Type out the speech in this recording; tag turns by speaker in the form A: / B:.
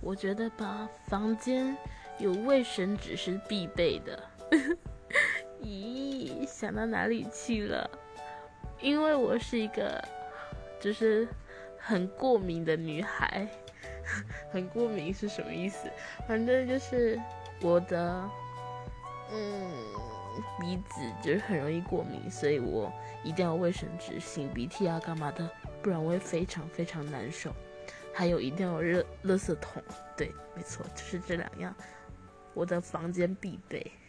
A: 我觉得吧，房间有卫生纸是必备的。咦，想到哪里去了？因为我是一个就是很过敏的女孩。很过敏是什么意思？反正就是我的鼻子就是很容易过敏，所以我一定要卫生纸，擤鼻涕啊干嘛的，不然我会非常非常难受。还有一定要有垃圾桶，对，没错，就是这两样，我的房间必备。